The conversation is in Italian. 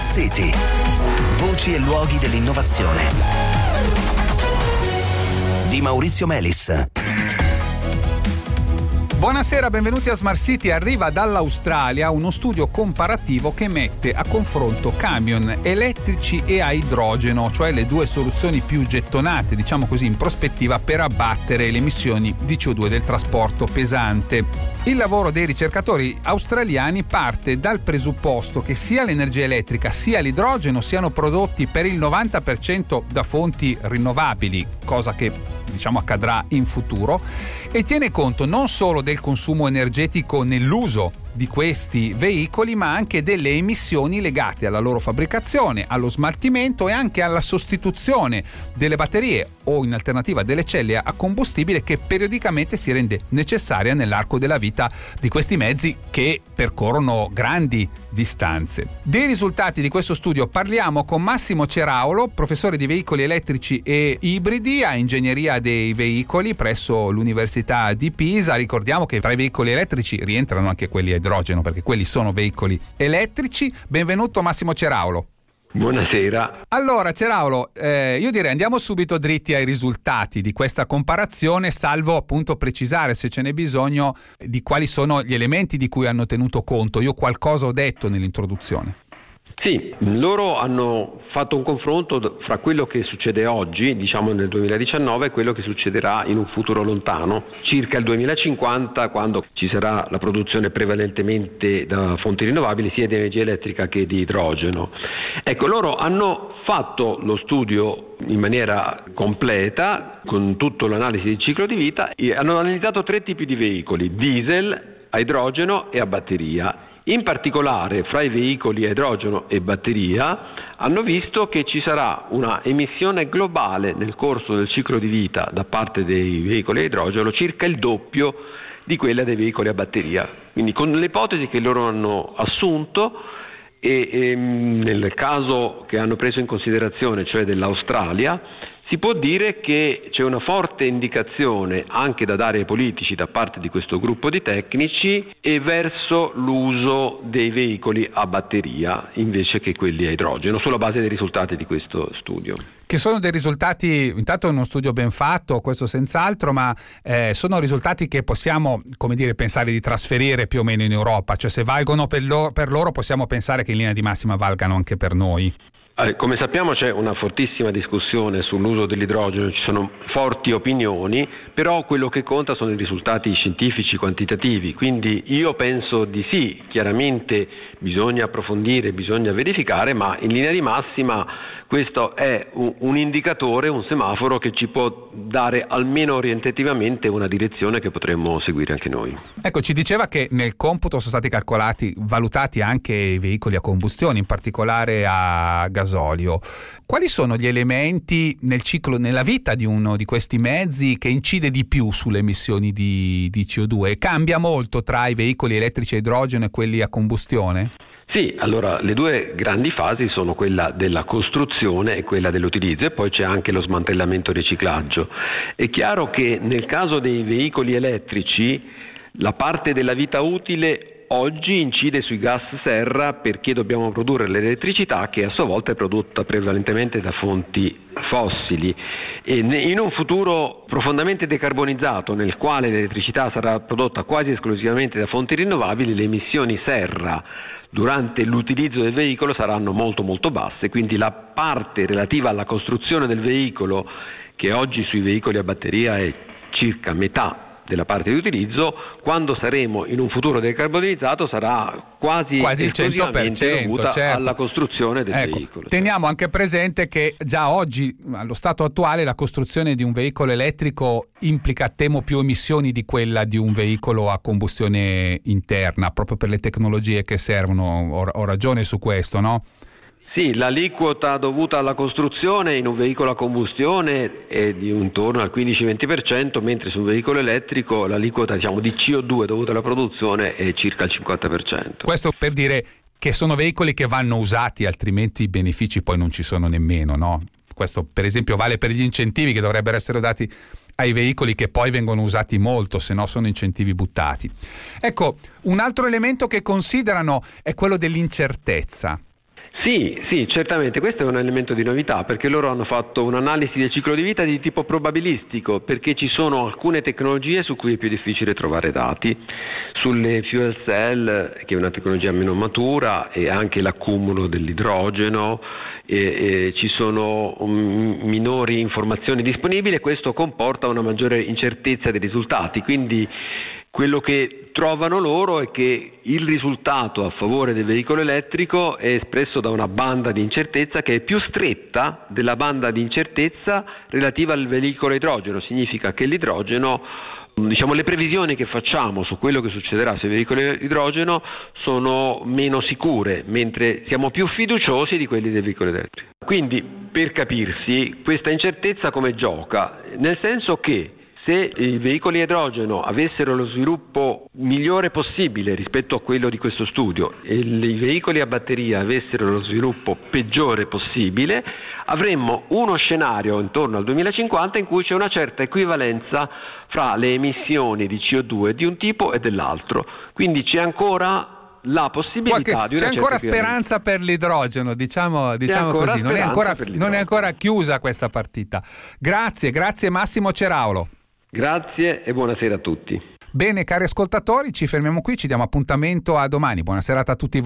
City. Voci e luoghi dell'innovazione. Di Maurizio Melis. Buonasera, benvenuti a Smart City. Arriva dall'Australia uno studio comparativo che mette a confronto camion elettrici e a idrogeno, cioè le due soluzioni più gettonate, diciamo così, in prospettiva per abbattere le emissioni di CO2 del trasporto pesante. Il lavoro dei ricercatori australiani parte dal presupposto che sia l'energia elettrica sia l'idrogeno siano prodotti per il 90% da fonti rinnovabili, cosa che accadrà in futuro, e tiene conto non solo del consumo energetico nell'uso di questi veicoli, ma anche delle emissioni legate alla loro fabbricazione, allo smaltimento e anche alla sostituzione delle batterie o in alternativa delle celle a combustibile che periodicamente si rende necessaria nell'arco della vita di questi mezzi che percorrono grandi distanze. Dei risultati di questo studio parliamo con Massimo Ceraulo, professore di veicoli elettrici e ibridi a ingegneria dei veicoli presso l'Università di Pisa. Ricordiamo che tra i veicoli elettrici rientrano anche quelli a idrogeno, perché quelli sono veicoli elettrici. Benvenuto Massimo Ceraulo. Buonasera. Allora Ceraulo, io direi andiamo subito dritti ai risultati di questa comparazione, salvo appunto precisare, se ce n'è bisogno, di quali sono gli elementi di cui hanno tenuto conto. Io qualcosa ho detto nell'introduzione. Sì, loro hanno fatto un confronto fra quello che succede oggi, diciamo nel 2019, e quello che succederà in un futuro lontano, circa il 2050, quando ci sarà la produzione prevalentemente da fonti rinnovabili, sia di energia elettrica che di idrogeno. Ecco, loro hanno fatto lo studio in maniera completa, con tutta l'analisi del ciclo di vita, e hanno analizzato 3 tipi di veicoli: diesel, a idrogeno e a batteria. In particolare, fra i veicoli a idrogeno e batteria, hanno visto che ci sarà una emissione globale nel corso del ciclo di vita da parte dei veicoli a idrogeno circa il doppio di quella dei veicoli a batteria. Quindi con le ipotesi che loro hanno assunto e nel caso che hanno preso in considerazione, cioè dell'Australia, si può dire che c'è una forte indicazione anche da dare ai politici da parte di questo gruppo di tecnici e verso l'uso dei veicoli a batteria invece che quelli a idrogeno, sulla base dei risultati di questo studio. Che sono dei risultati, intanto è uno studio ben fatto, questo senz'altro, ma sono risultati che possiamo, pensare di trasferire più o meno in Europa, cioè se valgono per loro possiamo pensare che in linea di massima valgano anche per noi. Come sappiamo c'è una fortissima discussione sull'uso dell'idrogeno, ci sono forti opinioni, però quello che conta sono i risultati scientifici quantitativi, quindi io penso di sì, chiaramente bisogna approfondire, bisogna verificare, ma in linea di massima questo è un indicatore, un semaforo che ci può dare almeno orientativamente una direzione che potremmo seguire anche noi. Ecco, ci diceva che nel computo sono stati valutati anche i veicoli a combustione, in particolare a gasolio. Quali sono gli elementi nel ciclo, nella vita di uno di questi mezzi che incide di più sulle emissioni di CO2? Cambia molto tra i veicoli elettrici a idrogeno e quelli a combustione? Sì, allora le 2 grandi fasi sono quella della costruzione e quella dell'utilizzo, e poi c'è anche lo smantellamento e riciclaggio. È chiaro che nel caso dei veicoli elettrici la parte della vita utile oggi incide sui gas serra, perché dobbiamo produrre l'elettricità che a sua volta è prodotta prevalentemente da fonti fossili, e in un futuro profondamente decarbonizzato, nel quale l'elettricità sarà prodotta quasi esclusivamente da fonti rinnovabili, le emissioni serra durante l'utilizzo del veicolo saranno molto molto basse, quindi la parte relativa alla costruzione del veicolo, che oggi sui veicoli a batteria è circa metà della parte di utilizzo, quando saremo in un futuro decarbonizzato sarà quasi il esclusivamente 100%, dovuta certo, alla costruzione del veicolo. Teniamo anche presente che già oggi, allo stato attuale, la costruzione di un veicolo elettrico implica temo più emissioni di quella di un veicolo a combustione interna, proprio per le tecnologie che servono. Ho ragione su questo, no? Sì, l'aliquota dovuta alla costruzione in un veicolo a combustione è di intorno al 15-20%, mentre su un veicolo elettrico l'aliquota di CO2 dovuta alla produzione è circa il 50%. Questo per dire che sono veicoli che vanno usati, altrimenti i benefici poi non ci sono nemmeno, no? Questo per esempio vale per gli incentivi che dovrebbero essere dati ai veicoli che poi vengono usati molto, se no sono incentivi buttati. Ecco, un altro elemento che considerano è quello dell'incertezza. Sì, certamente, questo è un elemento di novità, perché loro hanno fatto un'analisi del ciclo di vita di tipo probabilistico, perché ci sono alcune tecnologie su cui è più difficile trovare dati, sulle fuel cell, che è una tecnologia meno matura, e anche l'accumulo dell'idrogeno, e ci sono minori informazioni disponibili, e questo comporta una maggiore incertezza dei risultati, quindi quello che trovano loro è che il risultato a favore del veicolo elettrico è espresso da una banda di incertezza che è più stretta della banda di incertezza relativa al veicolo idrogeno. Significa che l'idrogeno, le previsioni che facciamo su quello che succederà sul veicolo idrogeno sono meno sicure, mentre siamo più fiduciosi di quelli del veicolo elettrico. Quindi, per capirsi, questa incertezza come gioca? Nel senso che se i veicoli a idrogeno avessero lo sviluppo migliore possibile rispetto a quello di questo studio e i veicoli a batteria avessero lo sviluppo peggiore possibile, avremmo uno scenario intorno al 2050 in cui c'è una certa equivalenza fra le emissioni di CO2 di un tipo e dell'altro. Quindi c'è ancora la possibilità di una c'è ancora certa speranza per l'idrogeno, diciamo così, non è ancora chiusa questa partita. Grazie Massimo Ceraulo. Grazie e buonasera a tutti. Bene, cari ascoltatori, ci fermiamo qui, ci diamo appuntamento a domani. Buona serata a tutti voi.